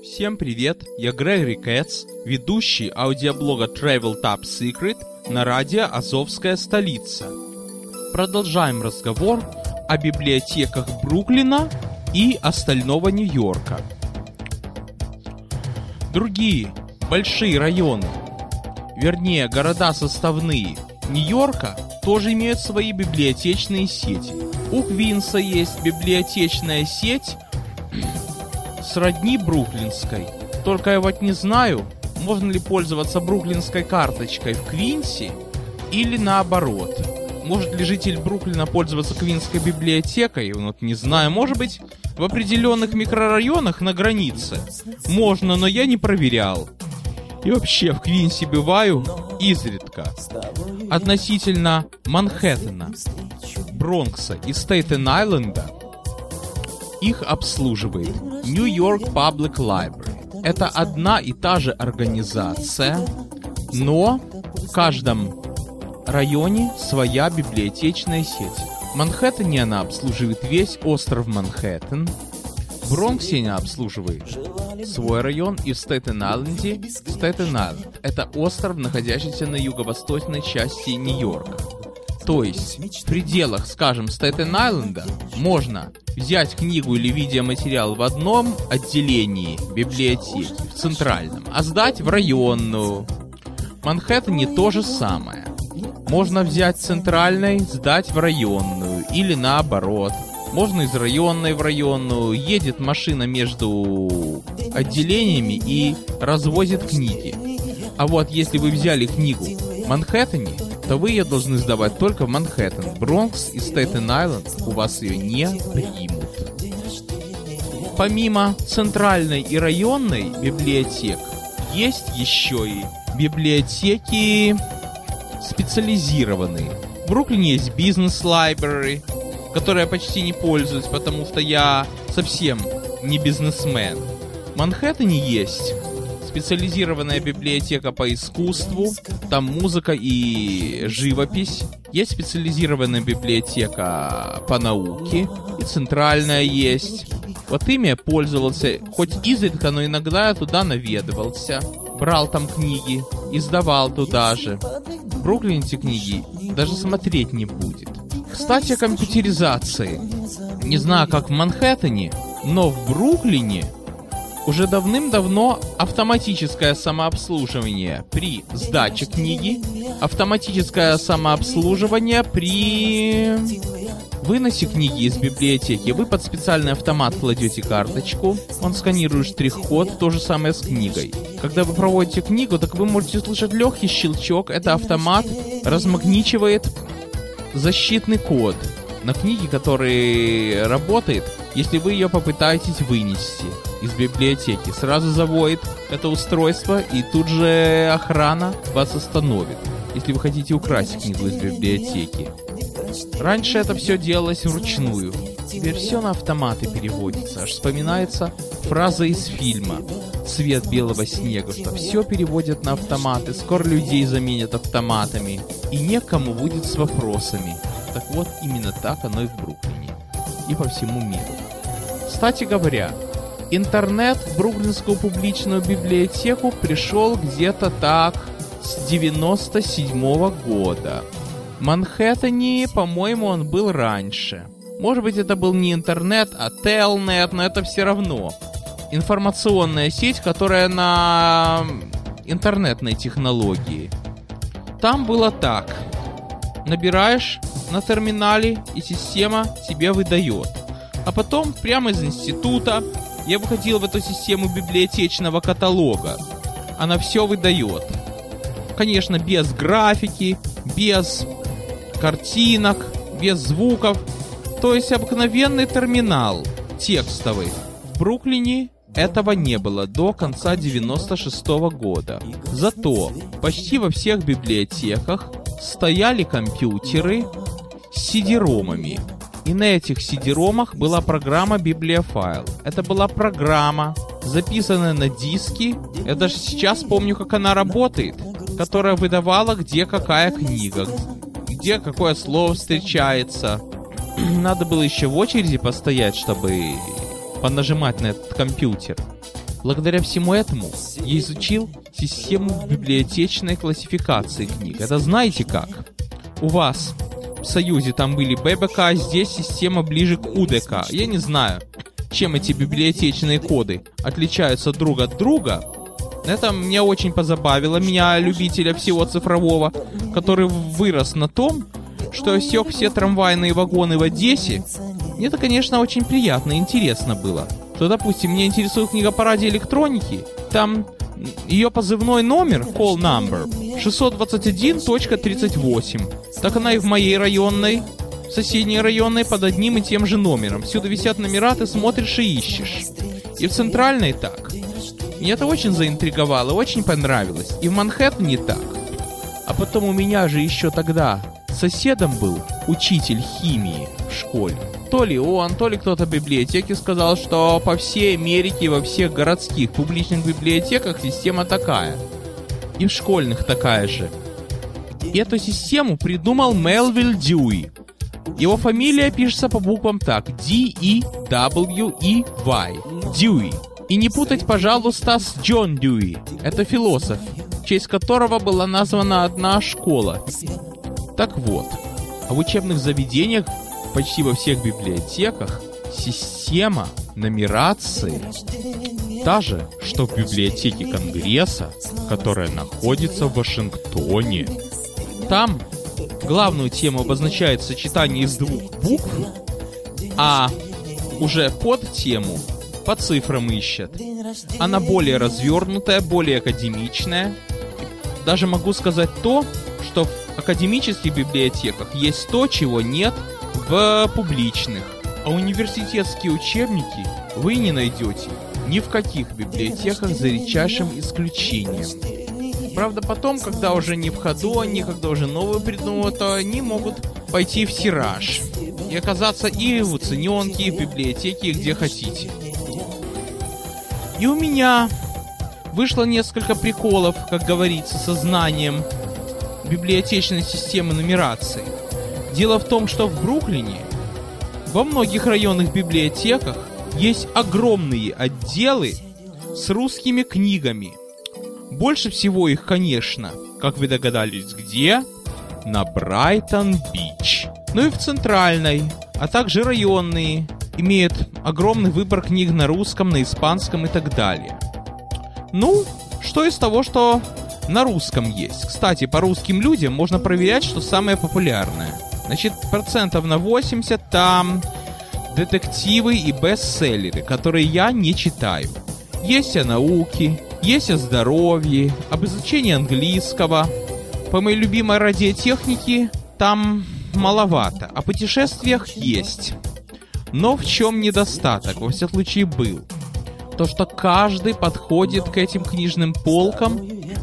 Всем привет, я Грегори Кэтс, ведущий аудиоблога Travel Top Secret на радио «Азовская столица». Продолжаем разговор о библиотеках Бруклина и остального Нью-Йорка. Другие большие районы, вернее города составные Нью-Йорка, тоже имеют свои библиотечные сети. У Квинса есть библиотечная сеть сродни бруклинской. Только я вот не знаю, можно ли пользоваться бруклинской карточкой в Квинсе или наоборот. Может ли житель Бруклина пользоваться Квинской библиотекой? Вот не знаю, может быть, в определенных микрорайонах на границе. Можно, но я не проверял. И вообще в Квинсе бываю изредка. Относительно Манхэттена, Бронкса и Стейтен-Айленда их обслуживает New York Public Library. Это одна и та же организация, но в каждом районе своя библиотечная сеть. В Манхэттене она обслуживает весь остров Манхэттен, в Бронксе она обслуживает свой район, и в Стейтен-Айленде Стейтен-Айленд. Это остров, находящийся на юго-восточной части Нью-Йорка. То есть в пределах, скажем, Стейтен-Айленда можно взять книгу или видеоматериал в одном отделении библиотеки, в центральном, а сдать в районную. В Манхэттене то же самое. Можно взять центральной, сдать в районную, или наоборот. Можно из районной в районную. Едет машина между отделениями и развозит книги. А вот если вы взяли книгу в Манхэттене, то вы ее должны сдавать только в Манхэттен. Бронкс и Стейтен-Айленд у вас ее не примут. Помимо центральной и районной библиотек, есть еще и библиотеки специализированные. В Бруклине есть бизнес-лайбрери, которой я почти не пользуюсь, потому что я совсем не бизнесмен. В Манхэттене есть специализированная библиотека по искусству, там музыка и живопись. Есть специализированная библиотека по науке, и центральная есть. Вот ими я пользовался, хоть изредка, но иногда я туда наведывался. Брал там книги и сдавал туда же. В Бруклине эти книги даже смотреть не будет. Кстати, о компьютеризации. Не знаю, как в Манхэттене, но в Бруклине уже давным-давно автоматическое самообслуживание при сдаче книги, автоматическое самообслуживание при выносе книги из библиотеки. Вы под специальный автомат кладете карточку, он сканирует штрих-код, то же самое с книгой. Когда вы проводите книгу, так вы можете слышать легкий щелчок, это автомат размагничивает защитный код на книге, который работает, если вы ее попытаетесь вынести из библиотеки. Сразу заводит это устройство, и тут же охрана вас остановит, если вы хотите украсть книгу из библиотеки. Раньше это все делалось вручную. Теперь все на автоматы переводится. Аж вспоминается фраза из фильма «Цвет белого снега», что все переводят на автоматы, скоро людей заменят автоматами, и некому будет с вопросами. Так вот, именно так оно и в Бруклине. И по всему миру. Кстати говоря, интернет в Бруклинскую публичную библиотеку пришел где-то так с 97-го года. В Манхэттене, по-моему, он был раньше. Может быть, это был не интернет, а телнет, но это все равно. Информационная сеть, которая на интернетной технологии. Там было так. Набираешь на терминале, и система тебе выдает. А потом, прямо из института, я выходил в эту систему библиотечного каталога. Она все выдает. Конечно, без графики, без картинок, без звуков. То есть обыкновенный терминал, текстовый. В Бруклине этого не было до конца 96-го года. Зато почти во всех библиотеках стояли компьютеры с CD-ромами. И на этих CD-ромах была программа Библиофайл. Это была программа, записанная на диски. Я даже сейчас помню, как она работает, которая выдавала, где какая книга, где какое слово встречается. Надо было еще в очереди постоять, чтобы понажимать на этот компьютер. Благодаря всему этому я изучил систему библиотечной классификации книг. Это знаете как? У вас в Союзе там были ББК, а здесь система ближе к УДК. Я не знаю, чем эти библиотечные коды отличаются друг от друга. Это меня очень позабавило, меня, любителя всего цифрового, который вырос на том, что сёк все трамвайные вагоны в Одессе. Мне это, конечно, очень приятно и интересно было. Что, допустим, меня интересует книга по радиоэлектронике, там ее позывной номер, call number, 621.38. Так она и в моей районной, в соседней районной под одним и тем же номером. Всюду висят номера, ты смотришь и ищешь. И в центральной так. Меня это очень заинтриговало, очень понравилось. И в Манхэттене так. А потом у меня же еще тогда соседом был учитель химии в школе. То ли он, то ли кто-то в библиотеке сказал, что по всей Америке, во всех городских публичных библиотеках система такая. И в школьных такая же. И эту систему придумал Мелвилл Дьюи. Его фамилия пишется по буквам так. D-E-W-E-Y. Дьюи. И не путать, пожалуйста, с Джон Дьюи. Это философ, в честь которого была названа одна школа. Так вот, а в учебных заведениях почти во всех библиотеках система нумерации та же, что в библиотеке Конгресса, которая находится в Вашингтоне. Там главную тему обозначает сочетание из двух букв, а уже под тему по цифрам ищет. Она более развернутая, более академичная. Даже могу сказать то, что в академических библиотеках есть то, чего нет в публичных. А университетские учебники вы не найдете ни в каких библиотеках за редчайшим исключением. Правда, потом, когда уже не в ходу они, когда уже новые придумывают, то они могут пойти в тираж и оказаться и в уцененке, и в библиотеке, где хотите. И у меня вышло несколько приколов, как говорится, со знанием библиотечной системы нумерации. Дело в том, что в Бруклине во многих районных библиотеках есть огромные отделы с русскими книгами. Больше всего их, конечно, как вы догадались, где? На Брайтон-Бич. Ну и в центральной, а также районные, имеют огромный выбор книг на русском, на испанском и так далее. Ну, что из того, что на русском есть? Кстати, по русским людям можно проверять, что самое популярное. Значит, 80% там детективы и бестселлеры, которые я не читаю. Есть о науке, есть о здоровье, об изучении английского. По моей любимой радиотехнике там маловато, о путешествиях есть. Но в чем недостаток, во всяком случае, был? То, что каждый подходит к этим книжным полкам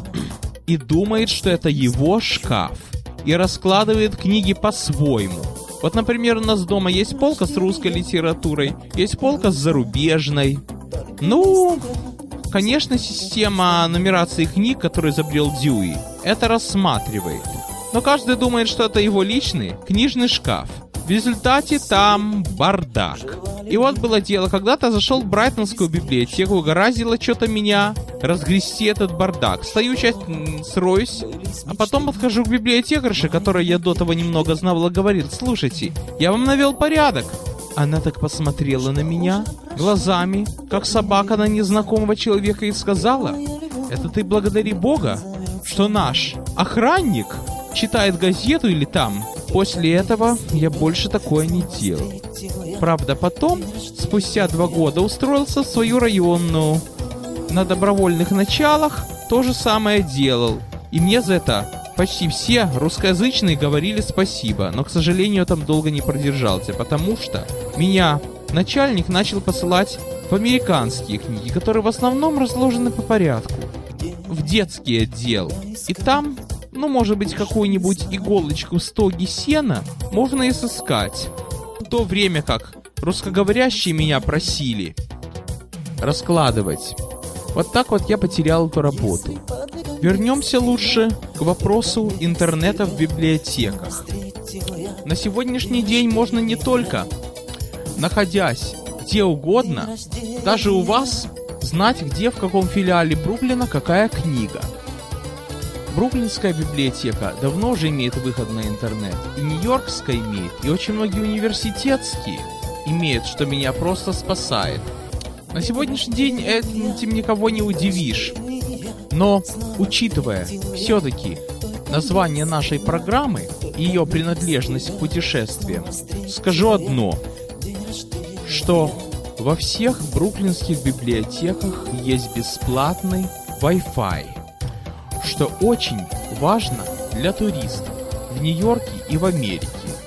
и думает, что это его шкаф, и раскладывает книги по-своему. Вот, например, у нас дома есть полка с русской литературой, есть полка с зарубежной. Ну, конечно, система нумерации книг, которую изобрел Дьюи, это рассматривает. Но каждый думает, что это его личный книжный шкаф. В результате там бардак. И вот было дело, когда-то зашел в Брайтонскую библиотеку, угораздило что-то меня разгрести этот бардак. Стою, часть сроюсь, а потом подхожу к библиотекарше, которой я до того немного знал, и говорит: слушайте, я вам навел порядок. Она так посмотрела на меня глазами, как собака на незнакомого человека, и сказала: это ты благодари Бога, что наш охранник читает газету или там. После этого я больше такое не делал. Правда, потом, спустя 2 года, устроился в свою районную. На добровольных началах то же самое делал. И мне за это почти все русскоязычные говорили спасибо. Но, к сожалению, там долго не продержался, потому что меня начальник начал посылать в американские книги, которые в основном разложены по порядку. В детский отдел. И там, ну, может быть, какую-нибудь иголочку в стоге сена можно и сыскать. В то время как русскоговорящие меня просили раскладывать. Вот так вот я потерял эту работу. Вернемся лучше к вопросу интернета в библиотеках. На сегодняшний день можно не только, находясь где угодно, даже у вас с знать, где в каком филиале Бруклина какая книга. Бруклинская библиотека давно уже имеет выход на интернет, и Нью-Йоркская имеет, и очень многие университетские имеют, что меня просто спасает. На сегодняшний день этим никого не удивишь. Но, учитывая все-таки название нашей программы и ее принадлежность к путешествиям, скажу одно, что во всех бруклинских библиотеках есть бесплатный Wi-Fi, что очень важно для туристов в Нью-Йорке и в Америке.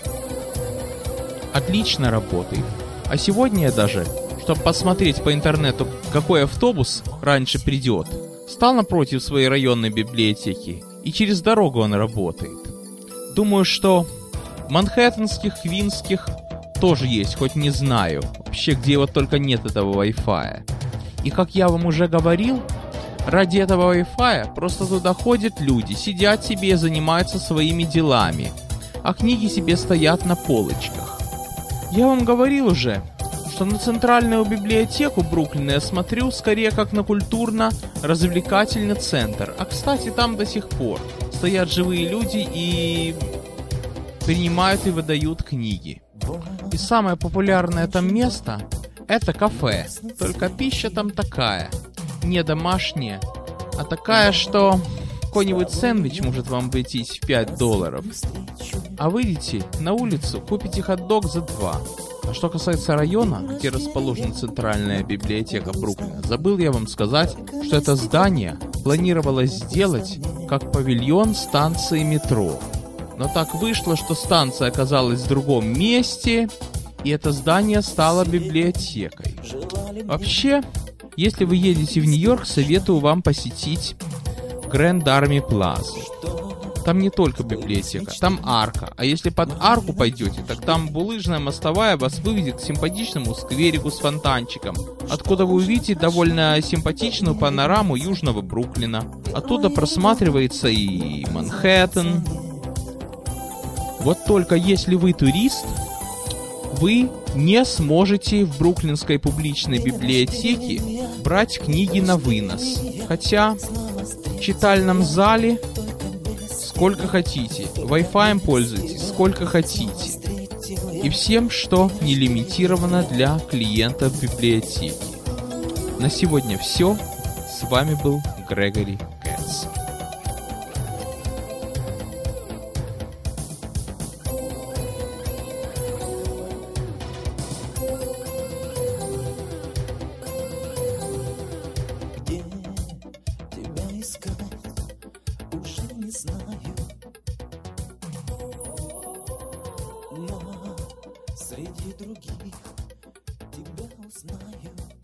Отлично работает. А сегодня я даже, чтобы посмотреть по интернету, какой автобус раньше придет, стал напротив своей районной библиотеки, и через дорогу он работает. Думаю, что в манхэттенских, квинских тоже есть, хоть не знаю, вообще где вот только нет этого Wi-Fi. И как я вам уже говорил, ради этого Wi-Fi просто туда ходят люди, сидят себе и занимаются своими делами, а книги себе стоят на полочках. Я вам говорил уже, что на центральную библиотеку Бруклина я смотрю скорее как на культурно-развлекательный центр. А кстати, там до сих пор стоят живые люди и принимают и выдают книги. И самое популярное там место — это кафе. Только пища там такая, не домашняя, а такая, что какой-нибудь сэндвич может вам обойтись в $5. А выйдете на улицу, купите хот-дог за 2. А что касается района, где расположена центральная библиотека Бруклина, забыл я вам сказать, что это здание планировалось сделать как павильон станции метро. Но так вышло, что станция оказалась в другом месте, и это здание стало библиотекой. Вообще, если вы едете в Нью-Йорк, советую вам посетить Grand Army Plaza. Там не только библиотека, там арка. А если под арку пойдете, так там булыжная мостовая вас выведет к симпатичному скверику с фонтанчиком, откуда вы увидите довольно симпатичную панораму южного Бруклина. Оттуда просматривается и Манхэттен. Вот только если вы турист, вы не сможете в бруклинской публичной библиотеке брать книги на вынос. Хотя в читальном зале сколько хотите, Wi-Fi пользуйтесь сколько хотите. И всем, что не лимитировано для клиентов библиотеки. На сегодня все. С вами был Грегори Кэтс. Уже не знаю, но среди других тебя узнаю.